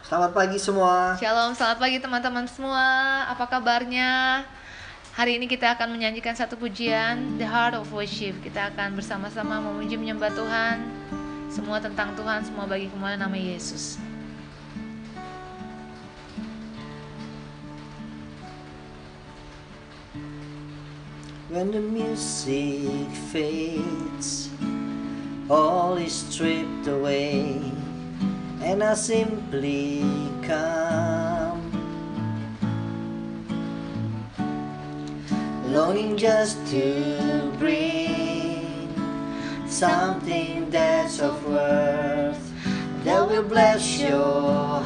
Selamat pagi semua. Shalom, selamat pagi teman-teman semua. Apa kabarnya? Hari ini kita akan menyanyikan satu pujian, The Heart of Worship. Kita akan bersama-sama memuji menyembah Tuhan. Semua tentang Tuhan, semua bagi kemuliaan nama Yesus. When the music fades, all is stripped away, and I simply come, longing just to bring something that's of worth that will bless your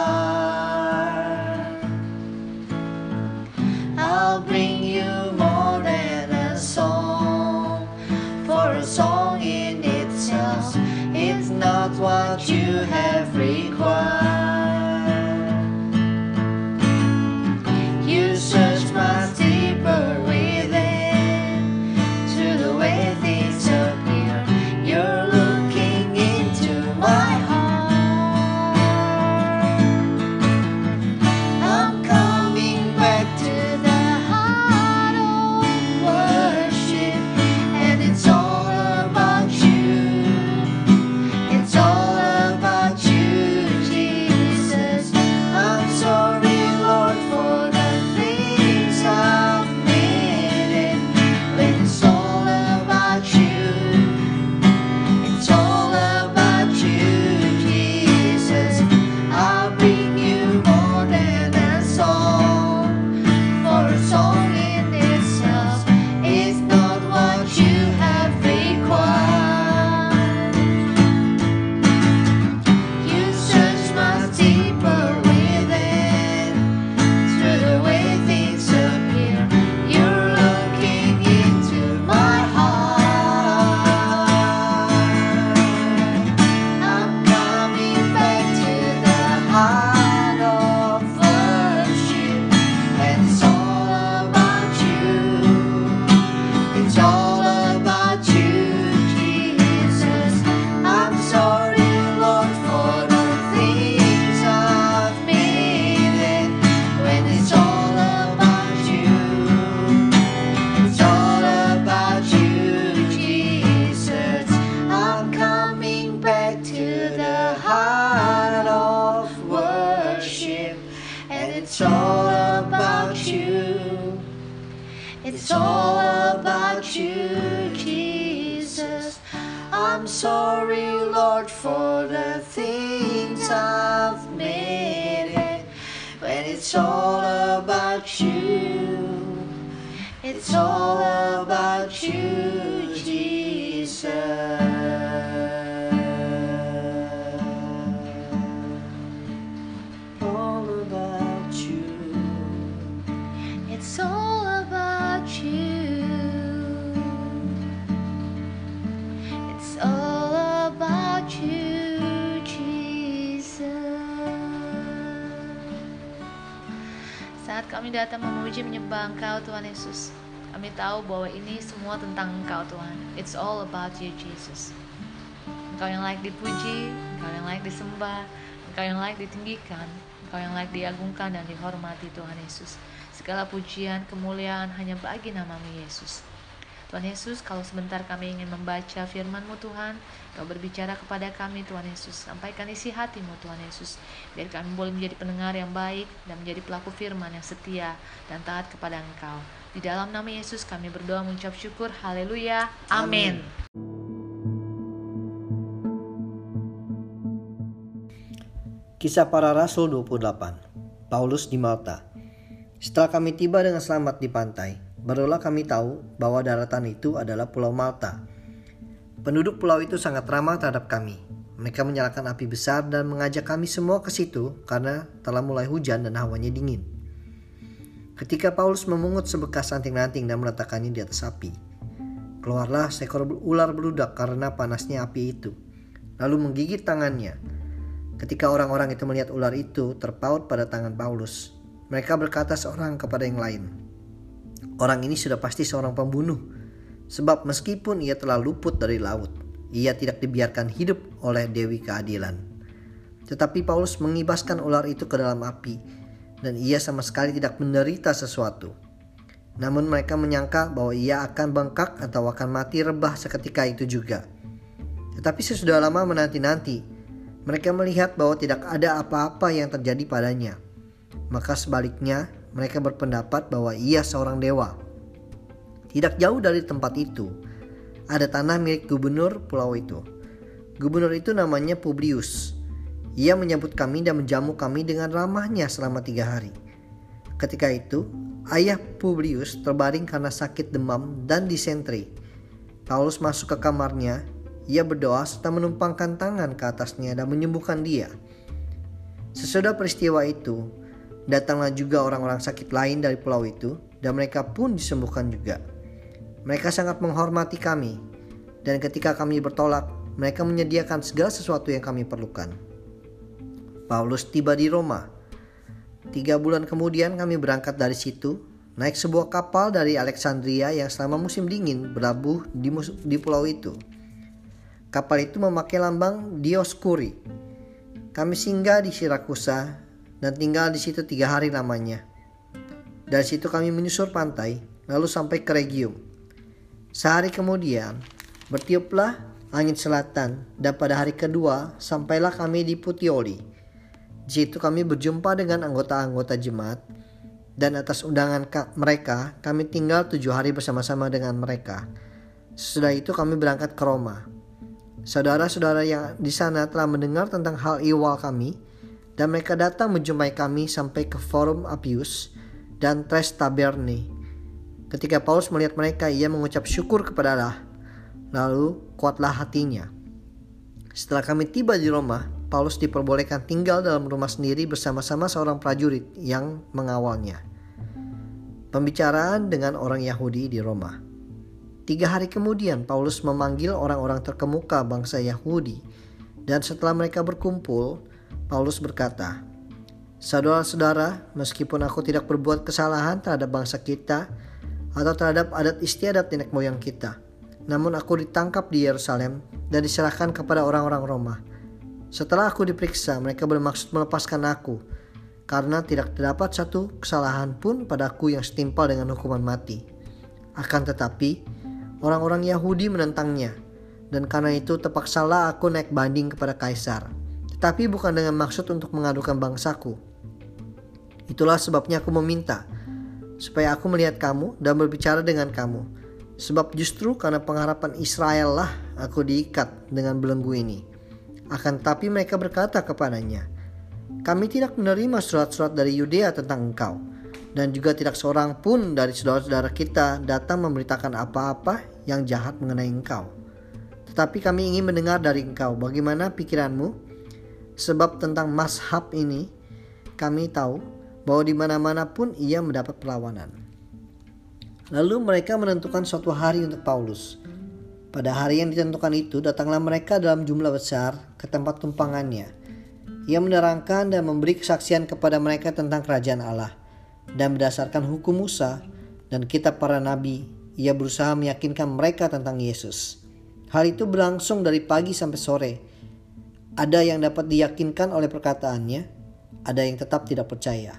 heart. I'll bring you more than a song, for a song in itself is not what you have required. You search much deeper within, to the way things appear. You're looking into my heart. I'm coming back to the heart of worship, and it's all about you. It's all about you, Jesus. I'm sorry, Lord, for the things I've made it. When it's all about you, it's all about you, Jesus. I'll bring you more than a song, for a song in itself is not what you have required. You search much deeper within, through the way things appear. You're looking into my heart. I'm coming back to the heart of worship, and it's all about you. It's all about you, Jesus. I'm sorry, Lord, for the things I've made it. When it's all about you, it's all about you, Jesus. I'm coming back to the heart of worship, and it's all about you. It's all about you, Jesus. I'm sorry, Lord, for the things I've made it. When it's all about you, it's all about you, Jesus. All about you. It's all about you. It's all about you, Jesus. Saat kami datang memuji menyembah Engkau Tuhan Yesus, kami tahu bahwa ini semua tentang Engkau Tuhan. It's all about you, Jesus. Engkau yang layak dipuji, Engkau yang layak disembah, Engkau yang layak ditinggikan, Engkau yang layak diagungkan dan dihormati Tuhan Yesus. Segala pujian, kemuliaan hanya bagi nama-Mu Yesus. Tuhan Yesus, kalau sebentar kami ingin membaca firman-Mu Tuhan, Kau berbicara kepada kami Tuhan Yesus. Sampaikan isi hati-Mu Tuhan Yesus, biar kami boleh menjadi pendengar yang baik dan menjadi pelaku firman yang setia dan taat kepada Engkau. Di dalam nama Yesus kami berdoa mengucap syukur. Haleluya. Amin. Kisah Para Rasul 28. Paulus di Malta. Setelah kami tiba dengan selamat di pantai, barulah kami tahu bahwa daratan itu adalah Pulau Malta. Penduduk pulau itu sangat ramah terhadap kami. Mereka menyalakan api besar dan mengajak kami semua ke situ karena telah mulai hujan dan hawanya dingin. Ketika Paulus memungut sebekas ranting-ranting dan meletakkannya di atas api, keluarlah seekor ular beludak karena panasnya api itu, lalu menggigit tangannya. Ketika orang-orang itu melihat ular itu terpaut pada tangan Paulus, mereka berkata seorang kepada yang lain, "Orang ini sudah pasti seorang pembunuh, sebab meskipun ia telah luput dari laut, ia tidak dibiarkan hidup oleh Dewi Keadilan." Tetapi Paulus mengibaskan ular itu ke dalam api, dan ia sama sekali tidak menderita sesuatu. Namun mereka menyangka bahwa ia akan bengkak atau akan mati rebah seketika itu juga. Tetapi sesudah lama menanti-nanti, mereka melihat bahwa tidak ada apa-apa yang terjadi padanya. Maka sebaliknya, mereka berpendapat bahwa ia seorang dewa. Tidak jauh dari tempat itu, ada tanah milik gubernur pulau itu. Gubernur itu namanya Publius. Ia menyambut kami dan menjamu kami dengan ramahnya selama 3 hari. Ketika itu, ayah Publius terbaring karena sakit demam dan disentri. Paulus masuk ke kamarnya. Ia berdoa serta menumpangkan tangan ke atasnya dan menyembuhkan dia. Sesudah peristiwa itu, datanglah juga orang-orang sakit lain dari pulau itu, dan mereka pun disembuhkan juga. Mereka sangat menghormati kami, dan ketika kami bertolak, mereka menyediakan segala sesuatu yang kami perlukan. Paulus tiba di Roma. 3 bulan kemudian kami berangkat dari situ, naik sebuah kapal dari Alexandria yang selama musim dingin berlabuh di pulau itu. Kapal itu memakai lambang Dioskuri. Kami singgah di Sirakusa dan tinggal di situ 3 hari lamanya. Dari situ kami menyusur pantai, lalu sampai ke Rhegium. Sehari kemudian, bertiuplah angin selatan, dan pada hari kedua sampailah kami di Puteoli. Di situ kami berjumpa dengan anggota-anggota jemaat, dan atas undangan mereka, kami tinggal 7 hari bersama-sama dengan mereka. Sesudah itu kami berangkat ke Roma. Saudara-saudara yang di sana telah mendengar tentang hal ihwal kami, dan mereka datang menjumpai kami sampai ke Forum Appius dan Tres Taberne. Ketika Paulus melihat mereka, ia mengucap syukur kepada Allah, lalu kuatlah hatinya. Setelah kami tiba di Roma, Paulus diperbolehkan tinggal dalam rumah sendiri bersama-sama seorang prajurit yang mengawalnya. Pembicaraan dengan orang Yahudi di Roma. 3 hari kemudian Paulus memanggil orang-orang terkemuka bangsa Yahudi, dan setelah mereka berkumpul, Paulus berkata, "Saudara-saudara, meskipun aku tidak berbuat kesalahan terhadap bangsa kita atau terhadap adat istiadat nenek moyang kita, namun aku ditangkap di Yerusalem dan diserahkan kepada orang-orang Roma. Setelah aku diperiksa, mereka bermaksud melepaskan aku, karena tidak terdapat satu kesalahan pun padaku yang setimpal dengan hukuman mati. Akan tetapi, orang-orang Yahudi menentangnya, dan karena itu terpaksalah aku naik banding kepada Kaisar, tetapi bukan dengan maksud untuk mengadukan bangsaku. Itulah sebabnya aku meminta, supaya aku melihat kamu dan berbicara dengan kamu, sebab justru karena pengharapan Israel lah aku diikat dengan belenggu ini." Akan tetapi mereka berkata kepadanya, "Kami tidak menerima surat-surat dari Yudea tentang engkau, dan juga tidak seorang pun dari saudara-saudara kita datang memberitakan apa-apa yang jahat mengenai engkau. Tetapi kami ingin mendengar dari engkau bagaimana pikiranmu, sebab tentang mazhab ini kami tahu bahwa di mana-mana pun ia mendapat perlawanan." Lalu mereka menentukan suatu hari untuk Paulus. Pada hari yang ditentukan itu, datanglah mereka dalam jumlah besar ke tempat tumpangannya. Ia menerangkan dan memberi kesaksian kepada mereka tentang kerajaan Allah, dan berdasarkan hukum Musa dan kitab para nabi, ia berusaha meyakinkan mereka tentang Yesus. Hal itu berlangsung dari pagi sampai sore. Ada yang dapat diyakinkan oleh perkataannya, ada yang tetap tidak percaya.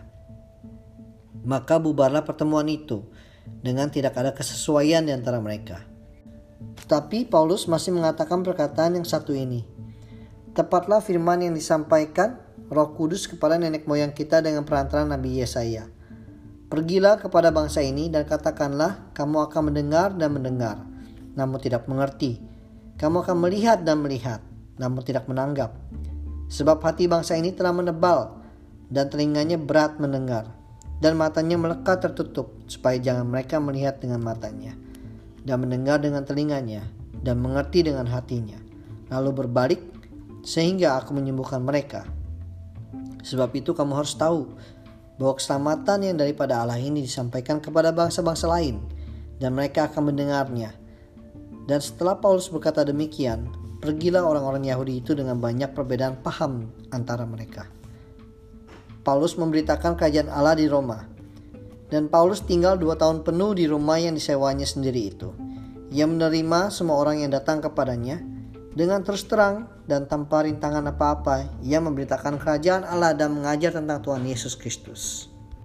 Maka bubarlah pertemuan itu dengan tidak ada kesesuaian di antara mereka. Tetapi Paulus masih mengatakan perkataan yang satu ini, "Tepatlah firman yang disampaikan Roh Kudus kepada nenek moyang kita dengan perantaraan Nabi Yesaya. Pergilah kepada bangsa ini dan katakanlah, kamu akan mendengar dan mendengar, namun tidak mengerti. Kamu akan melihat dan melihat, namun tidak menanggap. Sebab hati bangsa ini telah menebal, dan telinganya berat mendengar, dan matanya melekat tertutup, supaya jangan mereka melihat dengan matanya, dan mendengar dengan telinganya, dan mengerti dengan hatinya, lalu berbalik, sehingga aku menyembuhkan mereka. Sebab itu kamu harus tahu bahwa keselamatan yang daripada Allah ini disampaikan kepada bangsa-bangsa lain, dan mereka akan mendengarnya." Dan setelah Paulus berkata demikian, pergilah orang-orang Yahudi itu dengan banyak perbedaan paham antara mereka. Paulus memberitakan kerajaan Allah di Roma. Dan Paulus tinggal 2 tahun penuh di rumah yang disewanya sendiri itu. Ia menerima semua orang yang datang kepadanya, Dengan terus terang dan tanpa rintangan apa-apa, ia memberitakan kerajaan Allah dan mengajar tentang Tuhan Yesus Kristus.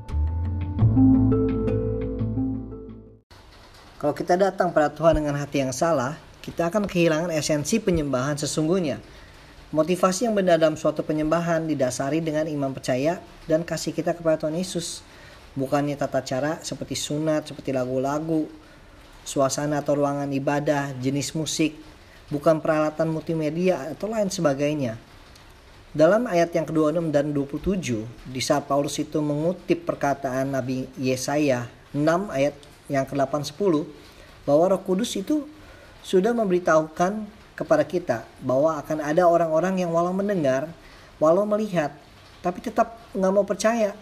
Kalau kita datang pada Tuhan dengan hati yang salah, kita akan kehilangan esensi penyembahan sesungguhnya. Motivasi yang benar dalam suatu penyembahan didasari dengan iman percaya dan kasih kita kepada Tuhan Yesus. Bukannya tata cara seperti sunat, seperti lagu-lagu, suasana atau ruangan ibadah, jenis musik, bukan peralatan multimedia atau lain sebagainya. Dalam ayat yang ke-26 dan 27, di saat Paulus itu mengutip perkataan Nabi Yesaya 6 ayat yang ke-8-10, bahwa Roh Kudus itu sudah memberitahukan kepada kita bahwa akan ada orang-orang yang walau mendengar, walau melihat, tapi tetap nggak mau percaya.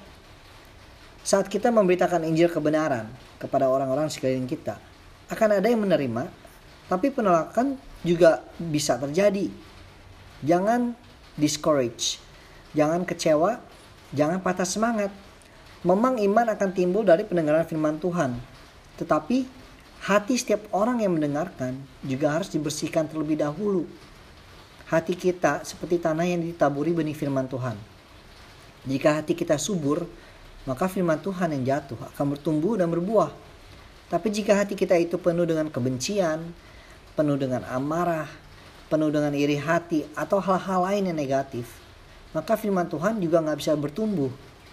Saat kita memberitakan Injil kebenaran kepada orang-orang sekeliling kita, akan ada yang menerima, tapi penolakan juga bisa terjadi. Jangan discourage, jangan kecewa, jangan patah semangat. Memang iman akan timbul dari pendengaran firman Tuhan, tetapi hati setiap orang yang mendengarkan juga harus dibersihkan terlebih dahulu. Hati kita seperti tanah yang ditaburi benih firman Tuhan. Jika hati kita subur, maka firman Tuhan yang jatuh akan bertumbuh dan berbuah. Tapi jika hati kita itu penuh dengan kebencian, penuh dengan amarah, penuh dengan iri hati, atau hal-hal lain yang negatif, maka firman Tuhan juga gak bisa bertumbuh.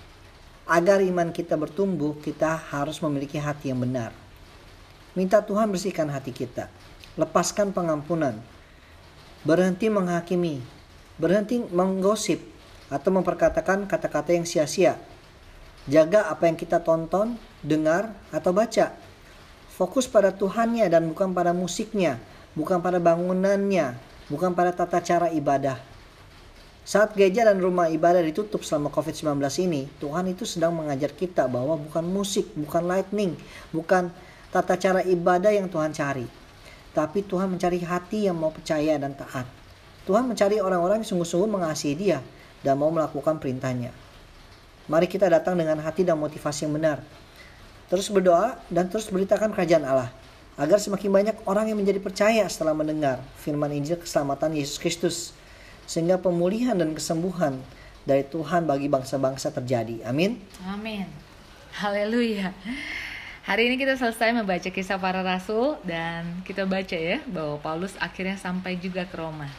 Agar iman kita bertumbuh, kita harus memiliki hati yang benar. Minta Tuhan bersihkan hati kita. Lepaskan pengampunan. Berhenti menghakimi. Berhenti menggosip atau memperkatakan kata-kata yang sia-sia. Jaga apa yang kita tonton, dengar, atau baca. Fokus pada Tuhannya dan bukan pada musiknya, bukan pada bangunannya, bukan pada tata cara ibadah. Saat gereja dan rumah ibadah ditutup selama COVID-19 ini, Tuhan itu sedang mengajar kita bahwa bukan musik, bukan lightning, bukan tata cara ibadah yang Tuhan cari. Tapi Tuhan mencari hati yang mau percaya dan taat. Tuhan mencari orang-orang yang sungguh-sungguh mengasihi Dia dan mau melakukan perintahnya. Mari kita datang dengan hati dan motivasi yang benar. Terus berdoa dan terus beritakan kerajaan Allah, agar semakin banyak orang yang menjadi percaya setelah mendengar firman Injil keselamatan Yesus Kristus, sehingga pemulihan dan kesembuhan dari Tuhan bagi bangsa-bangsa terjadi. Amin. Amin. Haleluya. Hari ini kita selesai membaca kisah para rasul dan kita baca ya bahwa Paulus akhirnya sampai juga ke Roma.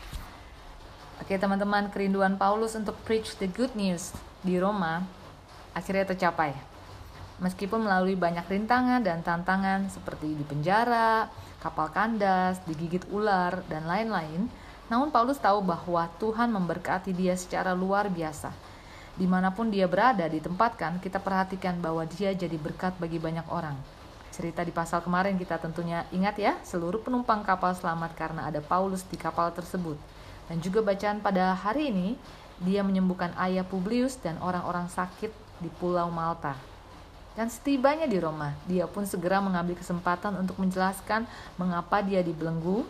Oke teman-teman, kerinduan Paulus untuk preach the good news di Roma akhirnya tercapai. Meskipun melalui banyak rintangan dan tantangan seperti di penjara, kapal kandas, digigit ular, dan lain-lain, namun Paulus tahu bahwa Tuhan memberkati dia secara luar biasa. Dimanapun dia berada ditempatkan, kita perhatikan bahwa dia jadi berkat bagi banyak orang. Cerita di pasal kemarin kita tentunya ingat ya, seluruh penumpang kapal selamat karena ada Paulus di kapal tersebut. Dan juga bacaan pada hari ini, dia menyembuhkan ayah Publius dan orang-orang sakit di Pulau Malta. Dan setibanya di Roma, dia pun segera mengambil kesempatan untuk menjelaskan mengapa dia dibelenggu.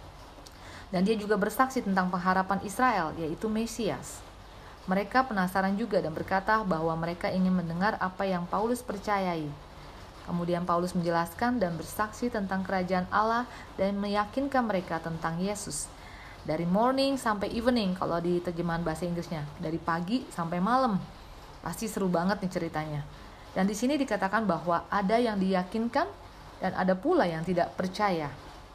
Dan dia juga bersaksi tentang pengharapan Israel, yaitu Mesias. Mereka penasaran juga dan berkata bahwa mereka ingin mendengar apa yang Paulus percayai. Kemudian Paulus menjelaskan dan bersaksi tentang kerajaan Allah dan meyakinkan mereka tentang Yesus. Dari morning sampai evening kalau di terjemahan bahasa Inggrisnya, dari pagi sampai malam. Pasti seru banget nih ceritanya. Dan di sini dikatakan bahwa ada yang diyakinkan dan ada pula yang tidak percaya.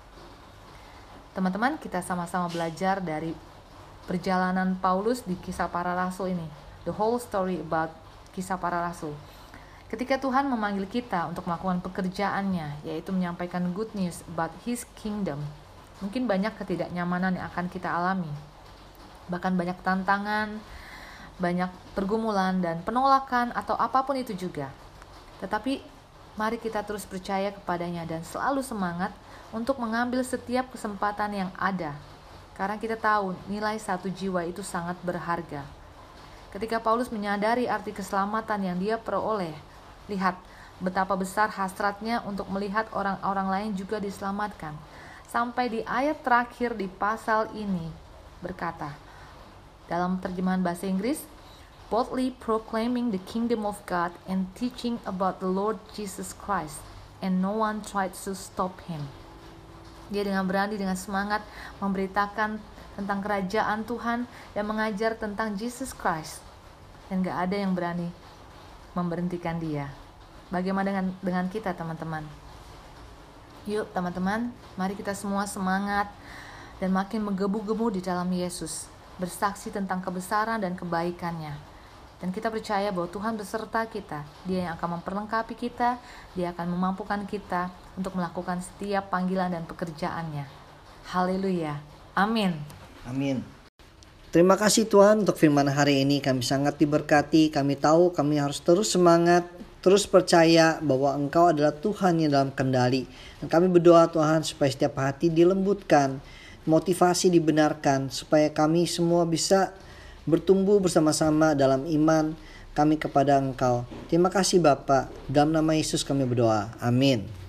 Teman-teman, kita sama-sama belajar dari perjalanan Paulus di kisah para rasul ini. The whole story about kisah para rasul. Ketika Tuhan memanggil kita untuk melakukan pekerjaannya, yaitu menyampaikan good news about His kingdom, mungkin banyak ketidaknyamanan yang akan kita alami. Bahkan banyak tantangan, banyak pergumulan dan penolakan atau apapun itu juga. Tetapi mari kita terus percaya kepadanya dan selalu semangat untuk mengambil setiap kesempatan yang ada. Karena kita tahu nilai satu jiwa itu sangat berharga. Ketika Paulus menyadari arti keselamatan yang dia peroleh, lihat betapa besar hasratnya untuk melihat orang-orang lain juga diselamatkan. Sampai di ayat terakhir di pasal ini berkata, dalam terjemahan bahasa Inggris, boldly proclaiming the kingdom of God and teaching about the Lord Jesus Christ, and no one tried to stop him. Dia dengan berani, dengan semangat memberitakan tentang kerajaan Tuhan dan mengajar tentang Jesus Christ. Dan gak ada yang berani memberhentikan dia. Bagaimana dengan kita, teman-teman? Yuk teman-teman, mari kita semua semangat dan makin menggebu-gebu di dalam Yesus, bersaksi tentang kebesaran dan kebaikannya. Dan kita percaya bahwa Tuhan beserta kita. Dia yang akan memperlengkapi kita. Dia akan memampukan kita untuk melakukan setiap panggilan dan pekerjaannya. Haleluya. Amin. Amin. Terima kasih Tuhan untuk firman hari ini. Kami sangat diberkati. Kami tahu kami harus terus semangat, terus percaya bahwa Engkau adalah Tuhan yang dalam kendali. Dan kami berdoa Tuhan supaya setiap hati dilembutkan, motivasi dibenarkan, supaya kami semua bisa bertumbuh bersama-sama dalam iman kami kepada Engkau. Terima kasih Bapa. Dalam nama Yesus kami berdoa. Amin.